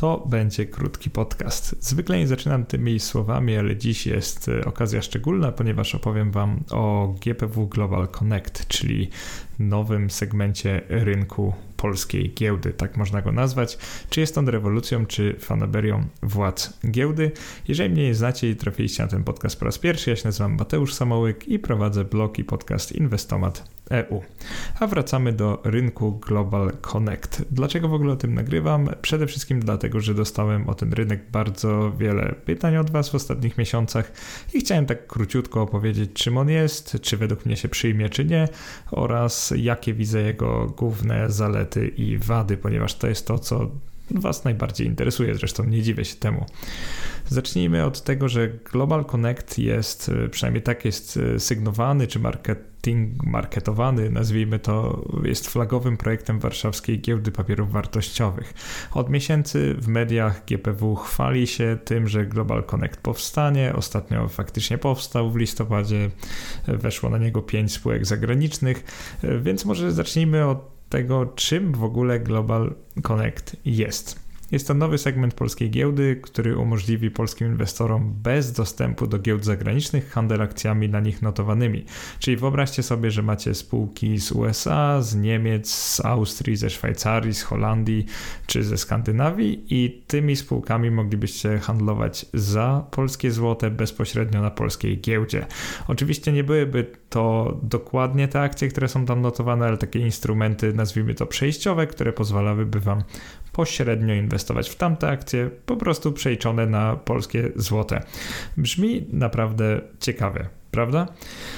To będzie krótki podcast. Zwykle nie zaczynam tymi słowami, ale dziś jest okazja szczególna, ponieważ opowiem Wam o GPW Global Connect, czyli nowym segmencie rynku polskiej giełdy, tak można go nazwać. Czy jest on rewolucją, czy fanaberią władz giełdy? Jeżeli mnie nie znacie i trafiliście na ten podcast po raz pierwszy, ja się nazywam Mateusz Samołyk i prowadzę blog i podcast Inwestomat.eu. A wracamy do rynku Global Connect. Dlaczego w ogóle o tym nagrywam? Przede wszystkim dlatego, że dostałem o ten rynek bardzo wiele pytań od Was w ostatnich miesiącach i chciałem tak króciutko opowiedzieć, czym on jest, czy według mnie się przyjmie, czy nie, oraz jakie widzę jego główne zalety i wady, ponieważ to jest to, co Was najbardziej interesuje, zresztą nie dziwię się temu. Zacznijmy od tego, że Global Connect jest, przynajmniej tak jest sygnowany, czy marketowany, nazwijmy to, jest flagowym projektem warszawskiej giełdy papierów wartościowych. Od miesięcy w mediach GPW chwali się tym, że Global Connect powstanie. Ostatnio faktycznie powstał w listopadzie, weszło na niego 5 spółek zagranicznych, więc może zacznijmy od tego, czym w ogóle Global Connect jest. Jest to nowy segment polskiej giełdy, który umożliwi polskim inwestorom bez dostępu do giełd zagranicznych handel akcjami na nich notowanymi. Czyli wyobraźcie sobie, że macie spółki z USA, z Niemiec, z Austrii, ze Szwajcarii, z Holandii czy ze Skandynawii i tymi spółkami moglibyście handlować za polskie złote bezpośrednio na polskiej giełdzie. Oczywiście nie byłyby to dokładnie te akcje, które są tam notowane, ale takie instrumenty, nazwijmy to przejściowe, które pozwalałyby Wam pośrednio inwestować w tamte akcje, po prostu przeliczone na polskie złote. Brzmi naprawdę ciekawie, prawda?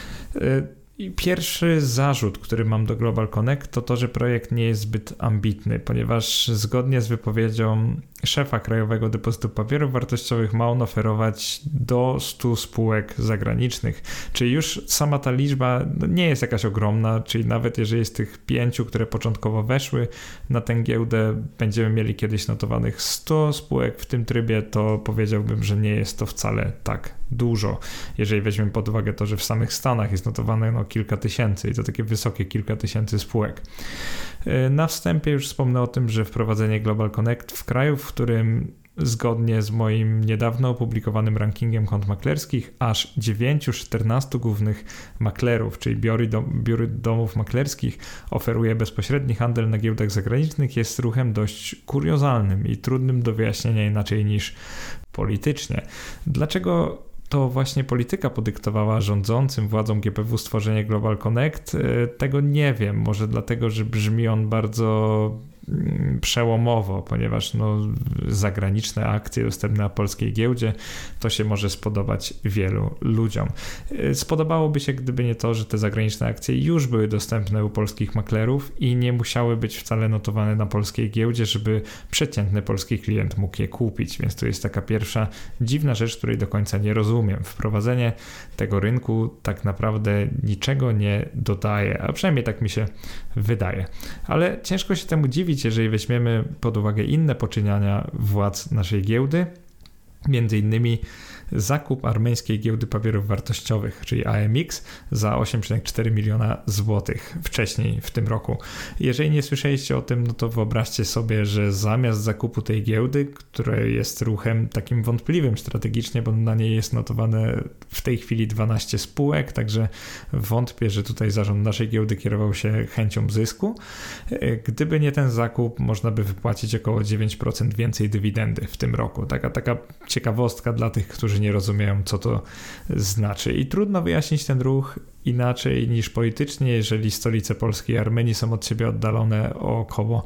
I pierwszy zarzut, który mam do Global Connect, to to, że projekt nie jest zbyt ambitny, ponieważ zgodnie z wypowiedzią szefa Krajowego Depozytu Papierów Wartościowych ma on oferować do 100 spółek zagranicznych, czyli już sama ta liczba nie jest jakaś ogromna, czyli nawet jeżeli jest tych 5, które początkowo weszły na tę giełdę, będziemy mieli kiedyś notowanych 100 spółek w tym trybie, to powiedziałbym, że nie jest to wcale tak dużo, jeżeli weźmiemy pod uwagę to, że w samych Stanach jest notowane kilka tysięcy i to takie wysokie kilka tysięcy spółek. Na wstępie już wspomnę o tym, że wprowadzenie Global Connect w kraju, w którym zgodnie z moim niedawno opublikowanym rankingiem kont maklerskich aż 9 z 14 głównych maklerów, czyli biury domów maklerskich oferuje bezpośredni handel na giełdach zagranicznych, jest ruchem dość kuriozalnym i trudnym do wyjaśnienia inaczej niż politycznie. Dlaczego to właśnie polityka podyktowała rządzącym władzom GPW stworzenie Global Connect? Tego nie wiem, może dlatego, że brzmi on bardzo przełomowo, ponieważ zagraniczne akcje dostępne na polskiej giełdzie to się może spodobać wielu ludziom. Spodobałoby się, gdyby nie to, że te zagraniczne akcje już były dostępne u polskich maklerów i nie musiały być wcale notowane na polskiej giełdzie, żeby przeciętny polski klient mógł je kupić, więc to jest taka pierwsza dziwna rzecz, której do końca nie rozumiem. Wprowadzenie tego rynku tak naprawdę niczego nie dodaje, a przynajmniej tak mi się wydaje. Ale ciężko się temu dziwić, jeżeli weźmiemy pod uwagę inne poczyniania władz naszej giełdy, między innymi zakup armeńskiej giełdy papierów wartościowych, czyli AMX, za 8,4 miliona złotych wcześniej w tym roku. Jeżeli nie słyszeliście o tym, no to wyobraźcie sobie, że zamiast zakupu tej giełdy, która jest ruchem takim wątpliwym strategicznie, bo na niej jest notowane w tej chwili 12 spółek, także wątpię, że tutaj zarząd naszej giełdy kierował się chęcią zysku. Gdyby nie ten zakup, można by wypłacić około 9% więcej dywidendy w tym roku. Taka ciekawostka dla tych, którzy nie rozumieją, co to znaczy. I trudno wyjaśnić ten ruch inaczej niż politycznie, jeżeli stolice Polski i Armenii są od siebie oddalone o około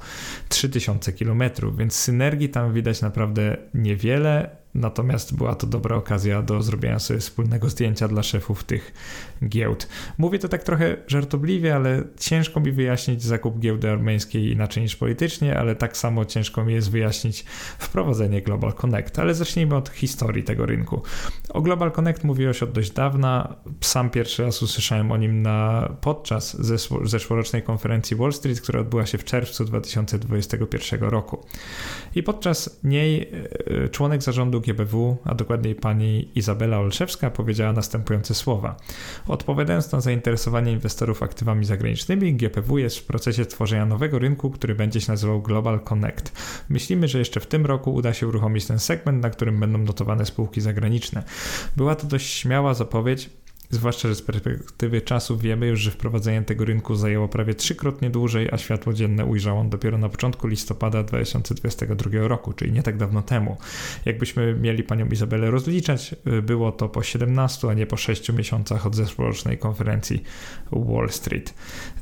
3000 km, więc synergii tam widać naprawdę niewiele. Natomiast była to dobra okazja do zrobienia sobie wspólnego zdjęcia dla szefów tych giełd. Mówię to tak trochę żartobliwie, ale ciężko mi wyjaśnić zakup giełdy armeńskiej inaczej niż politycznie, ale tak samo ciężko mi jest wyjaśnić wprowadzenie Global Connect. Ale zacznijmy od historii tego rynku. O Global Connect mówiło się od dość dawna. Sam pierwszy raz usłyszałem o nim podczas zeszłorocznej konferencji Wall Street, która odbyła się w czerwcu 2021 roku. I podczas niej członek zarządu GPW, a dokładniej pani Izabela Olszewska, powiedziała następujące słowa. Odpowiadając na zainteresowanie inwestorów aktywami zagranicznymi, GPW jest w procesie tworzenia nowego rynku, który będzie się nazywał Global Connect. Myślimy, że jeszcze w tym roku uda się uruchomić ten segment, na którym będą notowane spółki zagraniczne. Była to dość śmiała zapowiedź, zwłaszcza, że z perspektywy czasu wiemy już, że wprowadzenie tego rynku zajęło prawie 3-krotnie dłużej, a światło dzienne ujrzał on dopiero na początku listopada 2022 roku, czyli nie tak dawno temu. Jakbyśmy mieli panią Izabelę rozliczać, było to po 17, a nie po 6 miesiącach od zeszłorocznej konferencji Wall Street.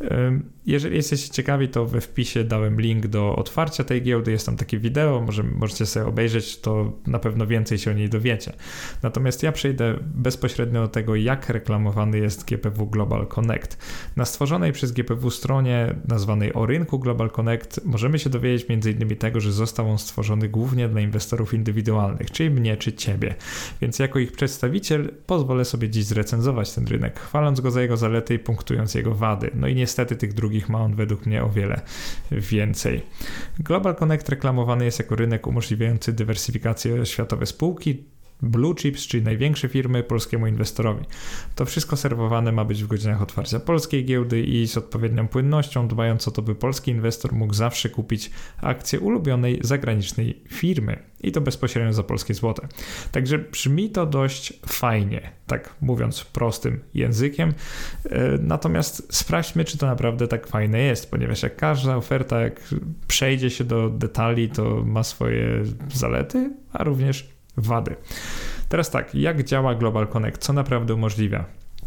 Jeżeli jesteście ciekawi, to we wpisie dałem link do otwarcia tej giełdy, jest tam takie wideo, możecie sobie obejrzeć, to na pewno więcej się o niej dowiecie. Natomiast ja przejdę bezpośrednio do tego, jak reklamowany jest GPW Global Connect. Na stworzonej przez GPW stronie nazwanej o rynku Global Connect możemy się dowiedzieć m.in. tego, że został on stworzony głównie dla inwestorów indywidualnych, czyli mnie czy ciebie. Więc jako ich przedstawiciel pozwolę sobie dziś zrecenzować ten rynek, chwaląc go za jego zalety i punktując jego wady. No i niestety tych drugich ma on według mnie o wiele więcej. Global Connect reklamowany jest jako rynek umożliwiający dywersyfikację światowe spółki, Blue Chips, czyli największe firmy polskiemu inwestorowi. To wszystko serwowane ma być w godzinach otwarcia polskiej giełdy i z odpowiednią płynnością, dbając o to, by polski inwestor mógł zawsze kupić akcję ulubionej zagranicznej firmy i to bezpośrednio za polskie złote. Także brzmi to dość fajnie, tak mówiąc prostym językiem, natomiast sprawdźmy, czy to naprawdę tak fajne jest, ponieważ jak każda oferta, jak przejdzie się do detali, to ma swoje zalety, a również wady. Teraz tak, jak działa Global Connect? Co naprawdę umożliwia?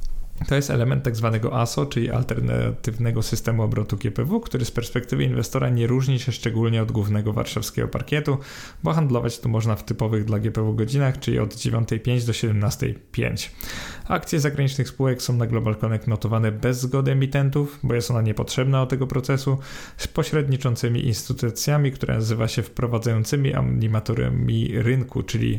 To jest element tak zwanego ASO, czyli alternatywnego systemu obrotu GPW, który z perspektywy inwestora nie różni się szczególnie od głównego warszawskiego parkietu, bo handlować tu można w typowych dla GPW godzinach, czyli od 9:05 do 17:05. Akcje zagranicznych spółek są na Global Connect notowane bez zgody emitentów, bo jest ona niepotrzebna do tego procesu, z pośredniczącymi instytucjami, które nazywa się wprowadzającymi animatorami rynku, czyli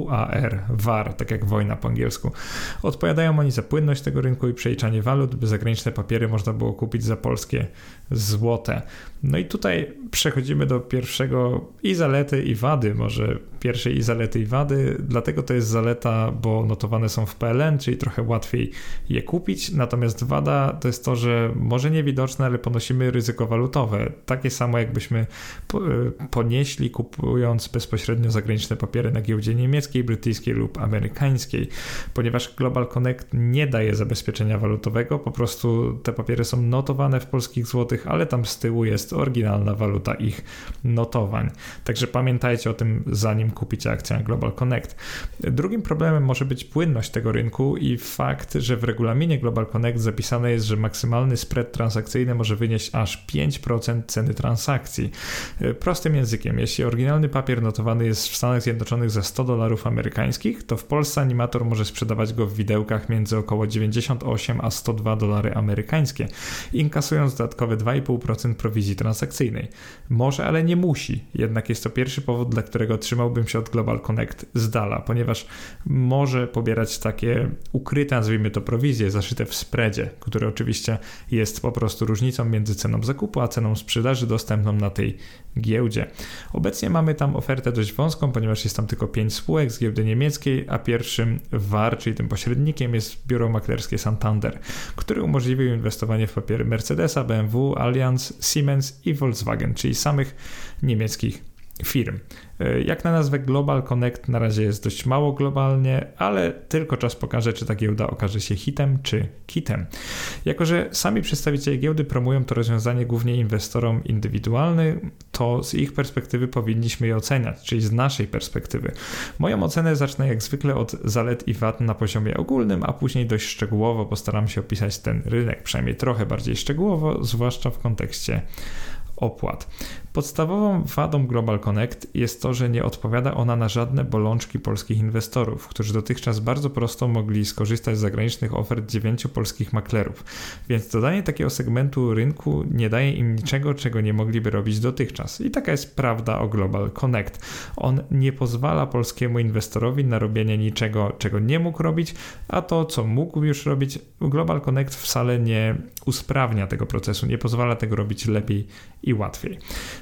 VAR, tak jak wojna po angielsku. Odpowiadają oni za płynność tego rynku i przeliczanie walut, by zagraniczne papiery można było kupić za polskie złote. No i tutaj przechodzimy do pierwszego i zalety i wady, może pierwszej i zalety i wady, dlatego to jest zaleta, bo notowane są w PLN, czyli trochę łatwiej je kupić, natomiast wada to jest to, że może niewidoczne, ale ponosimy ryzyko walutowe, takie samo jakbyśmy ponieśli kupując bezpośrednio zagraniczne papiery na giełdzie niemieckiej, brytyjskiej lub amerykańskiej, ponieważ Global Connect nie daje zabezpieczenia walutowego, po prostu te papiery są notowane w polskich złotych, ale tam z tyłu jest oryginalna waluta ich notowań. Także pamiętajcie o tym, zanim kupicie akcję Global Connect. Drugim problemem może być płynność tego rynku i fakt, że w regulaminie Global Connect zapisane jest, że maksymalny spread transakcyjny może wynieść aż 5% ceny transakcji. Prostym językiem, jeśli oryginalny papier notowany jest w Stanach Zjednoczonych za $100 amerykańskich, to w Polsce animator może sprzedawać go w widełkach między około 98 a $102 amerykańskie, inkasując dodatkowe 2,5% prowizji transakcyjnej. Może, ale nie musi. Jednak jest to pierwszy powód, dla którego trzymałbym się od Global Connect z dala, ponieważ może pobierać takie ukryte, nazwijmy to prowizje, zaszyte w spreadzie, który oczywiście jest po prostu różnicą między ceną zakupu a ceną sprzedaży dostępną na tej giełdzie. Obecnie mamy tam ofertę dość wąską, ponieważ jest tam tylko 5 spółek z giełdy niemieckiej, a pierwszym VAR, czyli tym pośrednikiem, jest biuro maklerskie Santander, który umożliwił inwestowanie w papiery Mercedesa, BMW, Allianz, Siemens i Volkswagen, czyli samych niemieckich firm. Jak na nazwę Global Connect na razie jest dość mało globalnie, ale tylko czas pokaże, czy ta giełda okaże się hitem czy kitem. Jako że sami przedstawiciele giełdy promują to rozwiązanie głównie inwestorom indywidualnym, to z ich perspektywy powinniśmy je oceniać, czyli z naszej perspektywy. Moją ocenę zacznę jak zwykle od zalet i wad na poziomie ogólnym, a później dość szczegółowo postaram się opisać ten rynek, przynajmniej trochę bardziej szczegółowo, zwłaszcza w kontekście opłat. Podstawową wadą Global Connect jest to, że nie odpowiada ona na żadne bolączki polskich inwestorów, którzy dotychczas bardzo prosto mogli skorzystać z zagranicznych ofert 9 polskich maklerów, więc dodanie takiego segmentu rynku nie daje im niczego, czego nie mogliby robić dotychczas. I taka jest prawda o Global Connect. On nie pozwala polskiemu inwestorowi na robienie niczego, czego nie mógł robić, a to, co mógł już robić, Global Connect wcale nie usprawnia tego procesu, nie pozwala tego robić lepiej i łatwiej.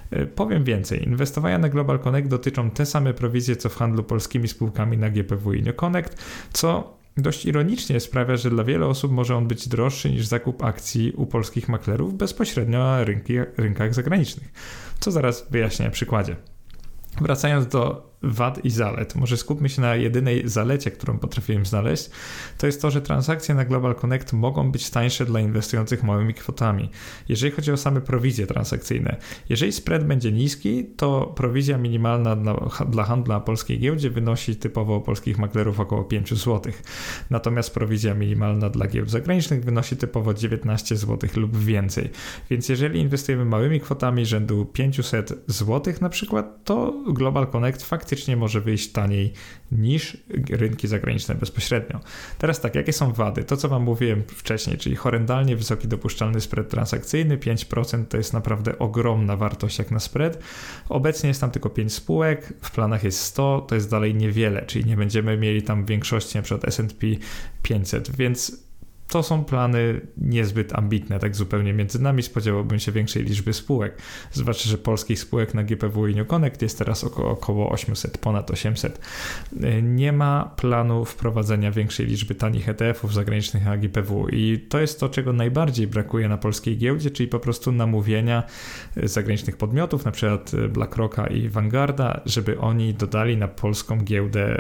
Powiem więcej, inwestowania na Global Connect dotyczą te same prowizje, co w handlu polskimi spółkami na GPW i New Connect, co dość ironicznie sprawia, że dla wielu osób może on być droższy niż zakup akcji u polskich maklerów bezpośrednio na rynkach zagranicznych, co zaraz wyjaśnię na przykładzie. Wracając do wad i zalet, może skupmy się na jedynej zalecie, którą potrafiłem znaleźć, to jest to, że transakcje na Global Connect mogą być tańsze dla inwestujących małymi kwotami, jeżeli chodzi o same prowizje transakcyjne. Jeżeli spread będzie niski, to prowizja minimalna dla handlu na polskiej giełdzie wynosi typowo u polskich maklerów około 5 zł. Natomiast prowizja minimalna dla giełd zagranicznych wynosi typowo 19 zł lub więcej. Więc jeżeli inwestujemy małymi kwotami rzędu 500 zł na przykład, to Global Connect faktycznie może wyjść taniej niż rynki zagraniczne bezpośrednio. Teraz tak, jakie są wady? To, co wam mówiłem wcześniej, czyli horrendalnie wysoki dopuszczalny spread transakcyjny, 5% to jest naprawdę ogromna wartość jak na spread. Obecnie jest tam tylko 5 spółek, w planach jest 100, to jest dalej niewiele, czyli nie będziemy mieli tam większości np. S&P 500, więc to są plany niezbyt ambitne, tak zupełnie między nami. Spodziewałbym się większej liczby spółek. Zwłaszcza, że polskich spółek na GPW i New Connect jest teraz około 800, ponad 800. Nie ma planu wprowadzenia większej liczby tanich ETF-ów zagranicznych na GPW i to jest to, czego najbardziej brakuje na polskiej giełdzie, czyli po prostu namówienia zagranicznych podmiotów, na przykład BlackRocka i Vanguarda, żeby oni dodali na polską giełdę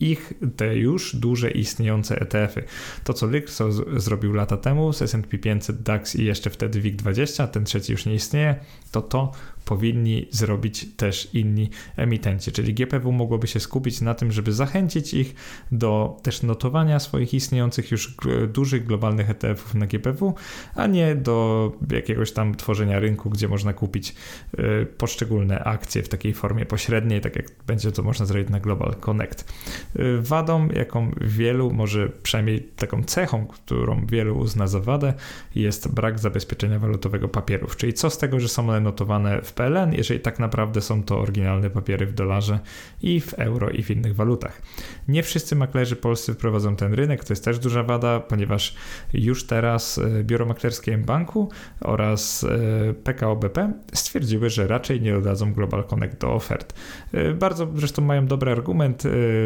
te już duże istniejące ETF-y. To, co Lyxo zrobił lata temu z S&P 500, DAX i jeszcze wtedy WIG20, ten trzeci już nie istnieje, to powinni zrobić też inni emitenci, czyli GPW mogłoby się skupić na tym, żeby zachęcić ich do też notowania swoich istniejących już dużych globalnych ETF-ów na GPW, a nie do jakiegoś tam tworzenia rynku, gdzie można kupić poszczególne akcje w takiej formie pośredniej, tak jak będzie to można zrobić na Global Connect. Wadą, jaką wielu, może przynajmniej taką cechą, którą wielu uzna za wadę, jest brak zabezpieczenia walutowego papierów, czyli co z tego, że są one notowane w PLN, jeżeli tak naprawdę są to oryginalne papiery w dolarze i w euro i w innych walutach. Nie wszyscy maklerzy polscy wprowadzą ten rynek, to jest też duża wada, ponieważ już teraz biuro maklerskie mBanku oraz PKO BP stwierdziły, że raczej nie dodadzą Global Connect do ofert. Bardzo zresztą mają dobry argument,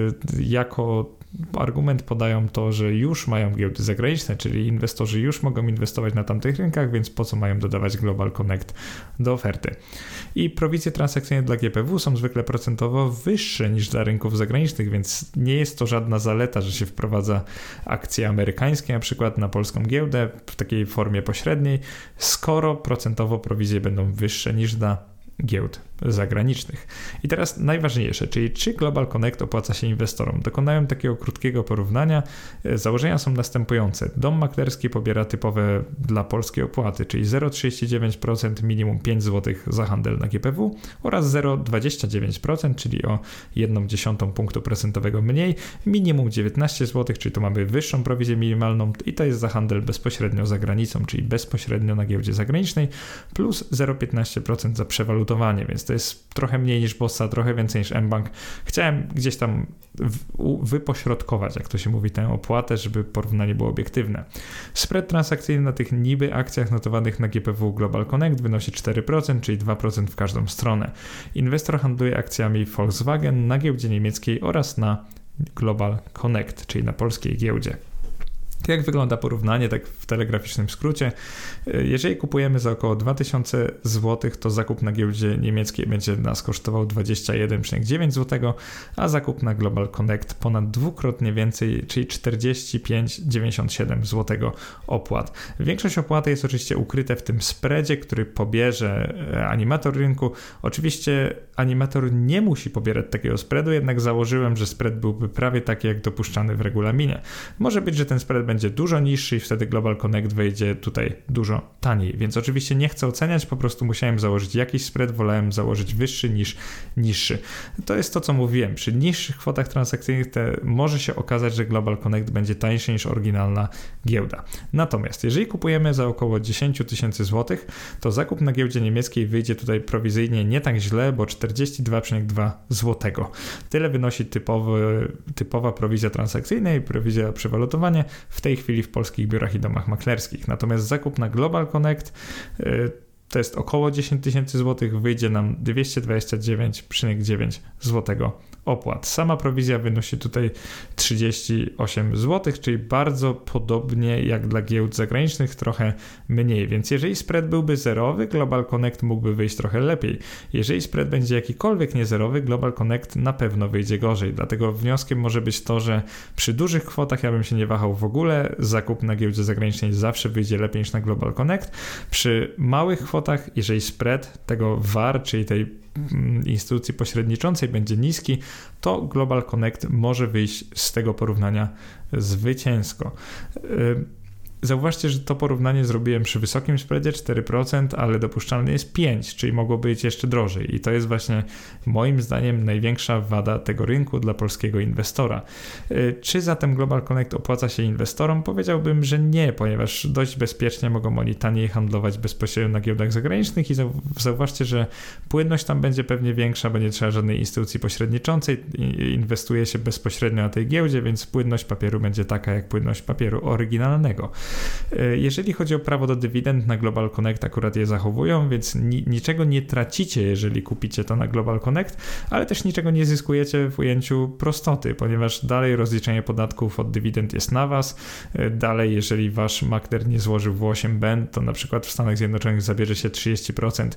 jako argument podają to, że już mają giełdy zagraniczne, czyli inwestorzy już mogą inwestować na tamtych rynkach, więc po co mają dodawać Global Connect do oferty. I prowizje transakcyjne dla GPW są zwykle procentowo wyższe niż dla rynków zagranicznych, więc nie jest to żadna zaleta, że się wprowadza akcje amerykańskie na przykład na polską giełdę w takiej formie pośredniej, skoro procentowo prowizje będą wyższe niż dla giełd zagranicznych. I teraz najważniejsze, czyli czy Global Connect opłaca się inwestorom? Dokonałem takiego krótkiego porównania. Założenia są następujące. Dom maklerski pobiera typowe dla polskiej opłaty, czyli 0,39%, minimum 5 zł za handel na GPW oraz 0,29%, czyli o 0,1 punktu procentowego mniej, minimum 19 zł, czyli tu mamy wyższą prowizję minimalną i to jest za handel bezpośrednio za granicą, czyli bezpośrednio na giełdzie zagranicznej, plus 0,15% za przewalutowanie, więc to jest trochę mniej niż Bossa, trochę więcej niż mBank. Chciałem gdzieś tam wypośrodkować, jak to się mówi, tę opłatę, żeby porównanie było obiektywne. Spread transakcyjny na tych niby akcjach notowanych na GPW Global Connect wynosi 4%, czyli 2% w każdą stronę. Inwestor handluje akcjami Volkswagen na giełdzie niemieckiej oraz na Global Connect, czyli na polskiej giełdzie. Jak wygląda porównanie, tak w telegraficznym skrócie? Jeżeli kupujemy za około 2000 zł, to zakup na giełdzie niemieckiej będzie nas kosztował 21,9 zł, a zakup na Global Connect ponad dwukrotnie więcej, czyli 45,97 zł opłat. Większość opłaty jest oczywiście ukryte w tym spreadzie, który pobierze animator rynku. Oczywiście animator nie musi pobierać takiego spreadu, jednak założyłem, że spread byłby prawie taki jak dopuszczany w regulaminie. Może być, że ten spread będzie dużo niższy i wtedy Global Connect wejdzie tutaj dużo taniej, więc oczywiście nie chcę oceniać, po prostu musiałem założyć jakiś spread, wolałem założyć wyższy niż niższy. To jest to, co mówiłem, przy niższych kwotach transakcyjnych może się okazać, że Global Connect będzie tańszy niż oryginalna giełda. Natomiast jeżeli kupujemy za około 10 000 złotych, to zakup na giełdzie niemieckiej wyjdzie tutaj prowizyjnie nie tak źle, bo 42,2 zł. Tyle wynosi typowa prowizja transakcyjna i prowizja przewalutowanie w tej chwili w polskich biurach i domach maklerskich. Natomiast zakup na Global Connect to jest około 10 tysięcy złotych, wyjdzie nam 229,9 zł opłat. Sama prowizja wynosi tutaj 38 zł, czyli bardzo podobnie jak dla giełd zagranicznych, trochę mniej, więc jeżeli spread byłby zerowy, Global Connect mógłby wyjść trochę lepiej. Jeżeli spread będzie jakikolwiek niezerowy, Global Connect na pewno wyjdzie gorzej, dlatego wnioskiem może być to, że przy dużych kwotach ja bym się nie wahał w ogóle, zakup na giełdzie zagranicznej zawsze wyjdzie lepiej niż na Global Connect. Przy małych kwotach, jeżeli spread tego VAR, czyli tej instytucji pośredniczącej będzie niski, to Global Connect może wyjść z tego porównania zwycięsko. Zauważcie, że to porównanie zrobiłem przy wysokim spreadzie 4%, ale dopuszczalny jest 5%, czyli mogło być jeszcze drożej. I to jest właśnie moim zdaniem największa wada tego rynku dla polskiego inwestora. Czy zatem Global Connect opłaca się inwestorom? Powiedziałbym, że nie, ponieważ dość bezpiecznie mogą oni taniej handlować bezpośrednio na giełdach zagranicznych i zauważcie, że płynność tam będzie pewnie większa, bo nie trzeba żadnej instytucji pośredniczącej, inwestuje się bezpośrednio na tej giełdzie, więc płynność papieru będzie taka jak płynność papieru oryginalnego. Jeżeli chodzi o prawo do dywidend, na Global Connect akurat je zachowują, więc niczego nie tracicie, jeżeli kupicie to na Global Connect, ale też niczego nie zyskujecie w ujęciu prostoty, ponieważ dalej rozliczenie podatków od dywidend jest na was. Dalej, jeżeli wasz makler nie złożył W8BEN, to na przykład w Stanach Zjednoczonych zabierze się 30%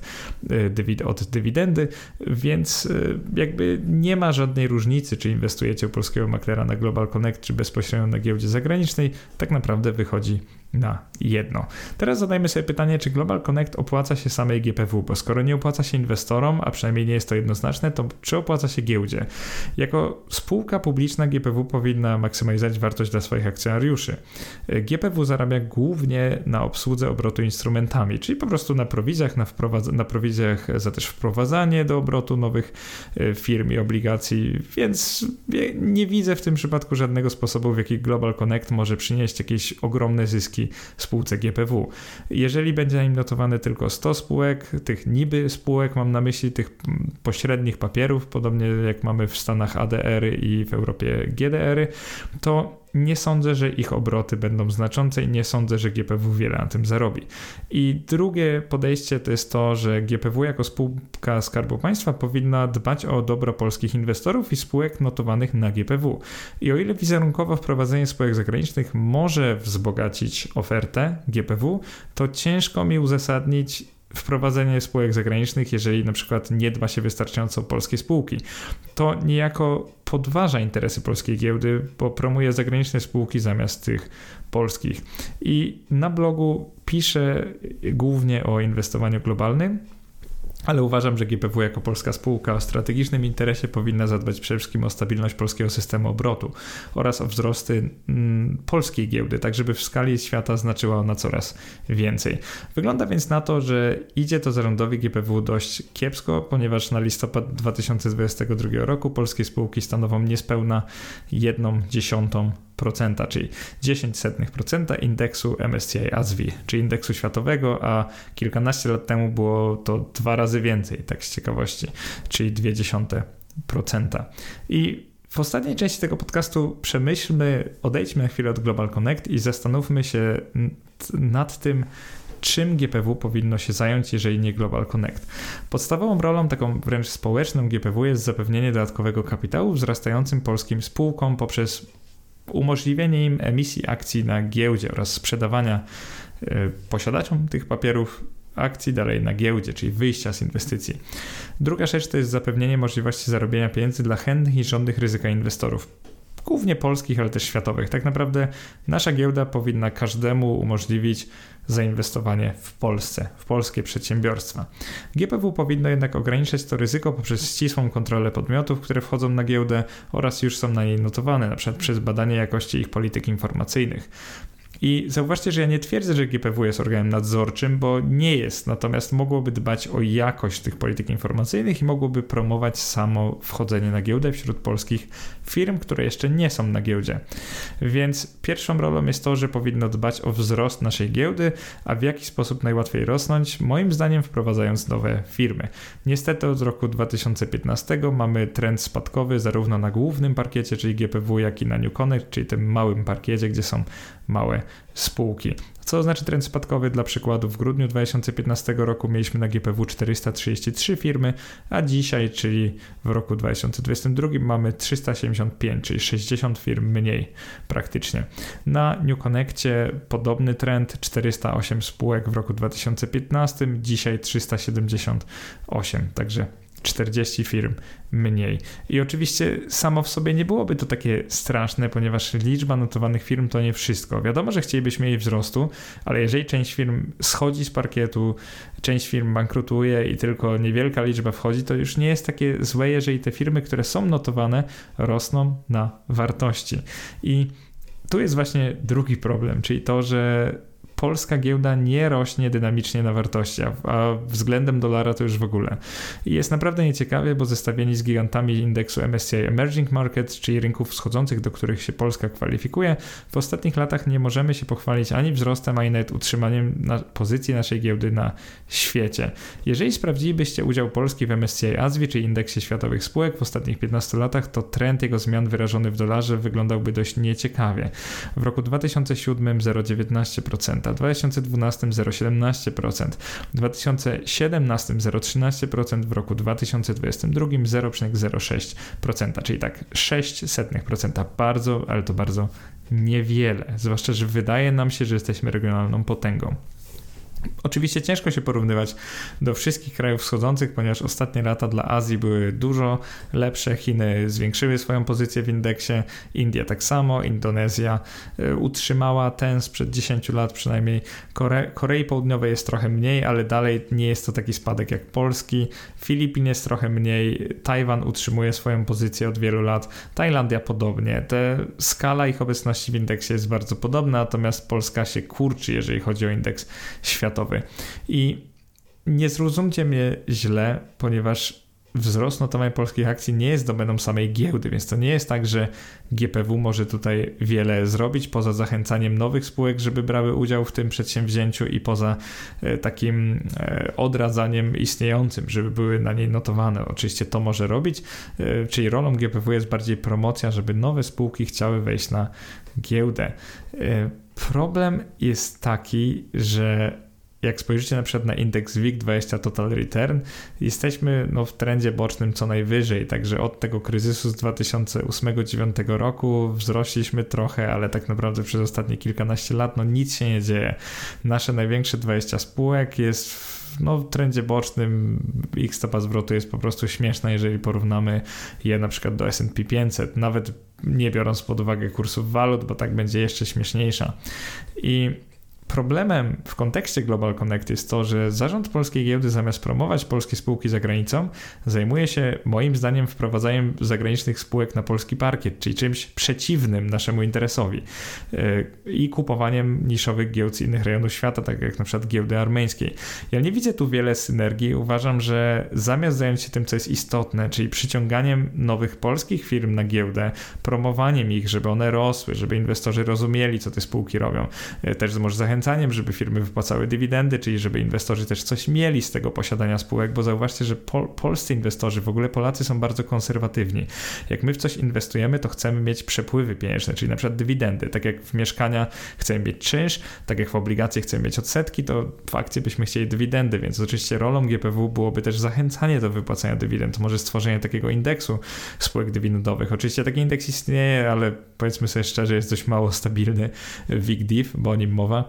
od dywidendy, więc jakby nie ma żadnej różnicy, czy inwestujecie u polskiego maklera na Global Connect, czy bezpośrednio na giełdzie zagranicznej, tak naprawdę wychodzi na jedno. Teraz zadajmy sobie pytanie, czy Global Connect opłaca się samej GPW, bo skoro nie opłaca się inwestorom, a przynajmniej nie jest to jednoznaczne, to czy opłaca się giełdzie? Jako spółka publiczna GPW powinna maksymalizować wartość dla swoich akcjonariuszy. GPW zarabia głównie na obsłudze obrotu instrumentami, czyli po prostu na prowizjach, na prowizjach za też wprowadzanie do obrotu nowych firm i obligacji, więc nie widzę w tym przypadku żadnego sposobu, w jaki Global Connect może przynieść jakieś ogromne zyski spółce GPW. Jeżeli będzie im notowane tylko 100 spółek, tych niby spółek, mam na myśli tych pośrednich papierów, podobnie jak mamy w Stanach ADR-y i w Europie GDR-y, to nie sądzę, że ich obroty będą znaczące i nie sądzę, że GPW wiele na tym zarobi. I drugie podejście to jest to, że GPW jako spółka Skarbu Państwa powinna dbać o dobro polskich inwestorów i spółek notowanych na GPW. I o ile wizerunkowo wprowadzenie spółek zagranicznych może wzbogacić ofertę GPW, to ciężko mi uzasadnić wprowadzenie spółek zagranicznych, jeżeli na przykład nie dba się wystarczająco o polskie spółki. To niejako podważa interesy polskiej giełdy, bo promuje zagraniczne spółki zamiast tych polskich. I na blogu piszę głównie o inwestowaniu globalnym, ale uważam, że GPW jako polska spółka o strategicznym interesie powinna zadbać przede wszystkim o stabilność polskiego systemu obrotu oraz o wzrosty polskiej giełdy, tak żeby w skali świata znaczyła ona coraz więcej. Wygląda więc na to, że idzie to zarządowi GPW dość kiepsko, ponieważ na listopad 2022 roku polskie spółki stanowią niespełna 0,1%, czyli 0,1% indeksu MSCI ASWI, czyli indeksu światowego, a kilkanaście lat temu było to 2 razy więcej, tak z ciekawości, czyli 0,2%. I w ostatniej części tego podcastu odejdźmy na chwilę od Global Connect i zastanówmy się nad tym, czym GPW powinno się zająć, jeżeli nie Global Connect. Podstawową rolą, taką wręcz społeczną GPW jest zapewnienie dodatkowego kapitału wzrastającym polskim spółkom poprzez umożliwienie im emisji akcji na giełdzie oraz sprzedawania posiadaczom tych papierów akcji dalej na giełdzie, czyli wyjścia z inwestycji. Druga rzecz to jest zapewnienie możliwości zarobienia pieniędzy dla chętnych i żądnych ryzyka inwestorów. Głównie polskich, ale też światowych. Tak naprawdę nasza giełda powinna każdemu umożliwić zainwestowanie w Polsce, w polskie przedsiębiorstwa. GPW powinno jednak ograniczać to ryzyko poprzez ścisłą kontrolę podmiotów, które wchodzą na giełdę oraz już są na niej notowane, np. przez badanie jakości ich polityk informacyjnych. I zauważcie, że ja nie twierdzę, że GPW jest organem nadzorczym, bo nie jest, natomiast mogłoby dbać o jakość tych polityk informacyjnych i mogłoby promować samo wchodzenie na giełdę wśród polskich firm, które jeszcze nie są na giełdzie. Więc pierwszą rolą jest to, że powinno dbać o wzrost naszej giełdy, a w jaki sposób najłatwiej rosnąć? Moim zdaniem wprowadzając nowe firmy. Niestety od roku 2015 mamy trend spadkowy zarówno na głównym parkiecie, czyli GPW, jak i na New Connect, czyli tym małym parkiecie, gdzie są małe spółki. Co oznacza trend spadkowy? Dla przykładu w grudniu 2015 roku mieliśmy na GPW 433 firmy, a dzisiaj, czyli w roku 2022 mamy 375, czyli 60 firm mniej praktycznie. Na New Connectie podobny trend, 408 spółek w roku 2015, dzisiaj 378, także 40 firm mniej. I oczywiście samo w sobie nie byłoby to takie straszne, ponieważ liczba notowanych firm to nie wszystko. Wiadomo, że chcielibyśmy jej wzrostu, ale jeżeli część firm schodzi z parkietu, część firm bankrutuje i tylko niewielka liczba wchodzi, to już nie jest takie złe, jeżeli te firmy, które są notowane, rosną na wartości. I tu jest właśnie drugi problem, czyli to, że polska giełda nie rośnie dynamicznie na wartości, a względem dolara to już w ogóle. I jest naprawdę nieciekawie, bo zestawieni z gigantami indeksu MSCI Emerging Markets, czyli rynków wschodzących, do których się Polska kwalifikuje, w ostatnich latach nie możemy się pochwalić ani wzrostem, ani nawet utrzymaniem pozycji naszej giełdy na świecie. Jeżeli sprawdzilibyście udział Polski w MSCI ASWI, czyli indeksie światowych spółek w ostatnich 15 latach, to trend jego zmian wyrażony w dolarze wyglądał dość nieciekawie. W roku 2007 0,19%, w 2012 0,17%, w 2017 0,13%, w roku 2022 0,06%, czyli tak 0,06%. Bardzo, ale to bardzo niewiele, zwłaszcza, że wydaje nam się, że jesteśmy regionalną potęgą. Oczywiście ciężko się porównywać do wszystkich krajów wschodzących, ponieważ ostatnie lata dla Azji były dużo lepsze. Chiny zwiększyły swoją pozycję w indeksie, India tak samo, Indonezja utrzymała ten sprzed 10 lat przynajmniej. Korei Południowej jest trochę mniej, ale dalej nie jest to taki spadek jak Polski. Filipin jest trochę mniej, Tajwan utrzymuje swoją pozycję od wielu lat, Tajlandia podobnie. Skala ich obecności w indeksie jest bardzo podobna, natomiast Polska się kurczy, jeżeli chodzi o indeks światowy. I nie zrozumcie mnie źle, ponieważ wzrost notowań polskich akcji nie jest domeną samej giełdy, więc to nie jest tak, że GPW może tutaj wiele zrobić poza zachęcaniem nowych spółek, żeby brały udział w tym przedsięwzięciu i poza takim odradzaniem istniejącym, żeby były na niej notowane. Oczywiście to może robić, czyli rolą GPW jest bardziej promocja, żeby nowe spółki chciały wejść na giełdę. Problem jest taki, że jak spojrzycie na przykład na indeks WIG20 Total Return, jesteśmy w trendzie bocznym co najwyżej, także od tego kryzysu z 2008-2009 roku wzrośliśmy trochę, ale tak naprawdę przez ostatnie kilkanaście lat nic się nie dzieje. Nasze największe 20 spółek jest w trendzie bocznym, ich stopa zwrotu jest po prostu śmieszna, jeżeli porównamy je na przykład do S&P 500, nawet nie biorąc pod uwagę kursów walut, bo tak będzie jeszcze śmieszniejsza. I problemem w kontekście Global Connect jest to, że zarząd polskiej giełdy zamiast promować polskie spółki za granicą, zajmuje się moim zdaniem wprowadzaniem zagranicznych spółek na polski parkiet, czyli czymś przeciwnym naszemu interesowi i kupowaniem niszowych giełd z innych rejonów świata, tak jak na przykład giełdy armeńskiej. Ja nie widzę tu wiele synergii. Uważam, że zamiast zająć się tym, co jest istotne, czyli przyciąganiem nowych polskich firm na giełdę, promowaniem ich, żeby one rosły, żeby inwestorzy rozumieli, co te spółki robią, też może zachęcaniem, żeby firmy wypłacały dywidendy, czyli żeby inwestorzy też coś mieli z tego posiadania spółek, bo zauważcie, że polscy inwestorzy, w ogóle Polacy są bardzo konserwatywni. Jak my w coś inwestujemy, to chcemy mieć przepływy pieniężne, czyli na przykład dywidendy. Tak jak w mieszkania chcemy mieć czynsz, tak jak w obligacje chcemy mieć odsetki, to w akcji byśmy chcieli dywidendy, więc oczywiście rolą GPW byłoby też zachęcanie do wypłacania dywidend, może stworzenie takiego indeksu spółek dywidendowych. Oczywiście taki indeks istnieje, ale powiedzmy sobie szczerze, jest dość mało stabilny, WIG-DIV, bo o nim mowa.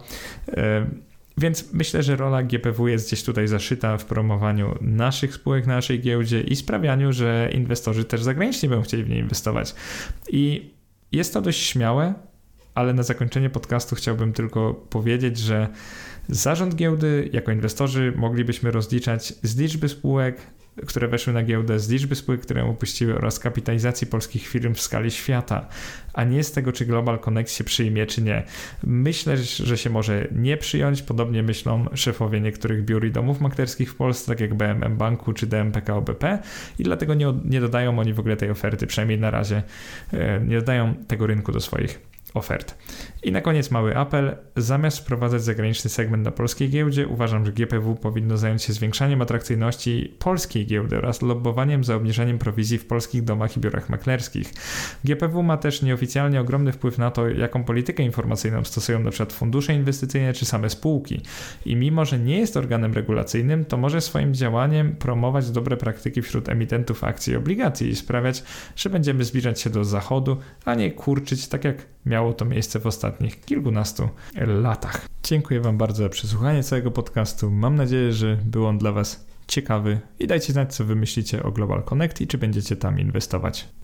Więc myślę, że rola GPW jest gdzieś tutaj zaszyta w promowaniu naszych spółek na naszej giełdzie i sprawianiu, że inwestorzy też zagraniczni będą chcieli w nie inwestować. I jest to dość śmiałe, ale na zakończenie podcastu chciałbym tylko powiedzieć, że zarząd giełdy jako inwestorzy moglibyśmy rozliczać z liczby spółek, które weszły na giełdę, z liczby spółek, które ją upuściły oraz kapitalizacji polskich firm w skali świata, a nie z tego, czy Global Connect się przyjmie, czy nie. Myślę, że się może nie przyjąć, podobnie myślą szefowie niektórych biur i domów maklerskich w Polsce, tak jak BMM Banku czy DMPK BP i dlatego nie dodają oni w ogóle tej oferty, przynajmniej na razie nie dodają tego rynku do swoich ofert. I na koniec mały apel. Zamiast wprowadzać zagraniczny segment na polskiej giełdzie, uważam, że GPW powinno zająć się zwiększaniem atrakcyjności polskiej giełdy oraz lobbowaniem za obniżeniem prowizji w polskich domach i biurach maklerskich. GPW ma też nieoficjalnie ogromny wpływ na to, jaką politykę informacyjną stosują np. fundusze inwestycyjne czy same spółki. I mimo, że nie jest organem regulacyjnym, to może swoim działaniem promować dobre praktyki wśród emitentów akcji i obligacji i sprawiać, że będziemy zbliżać się do zachodu, a nie kurczyć, tak jak miało to miejsce w ostatnich kilkunastu latach. Dziękuję Wam bardzo za przesłuchanie całego podcastu. Mam nadzieję, że był on dla Was ciekawy i dajcie znać, co Wy myślicie o Global Connect i czy będziecie tam inwestować.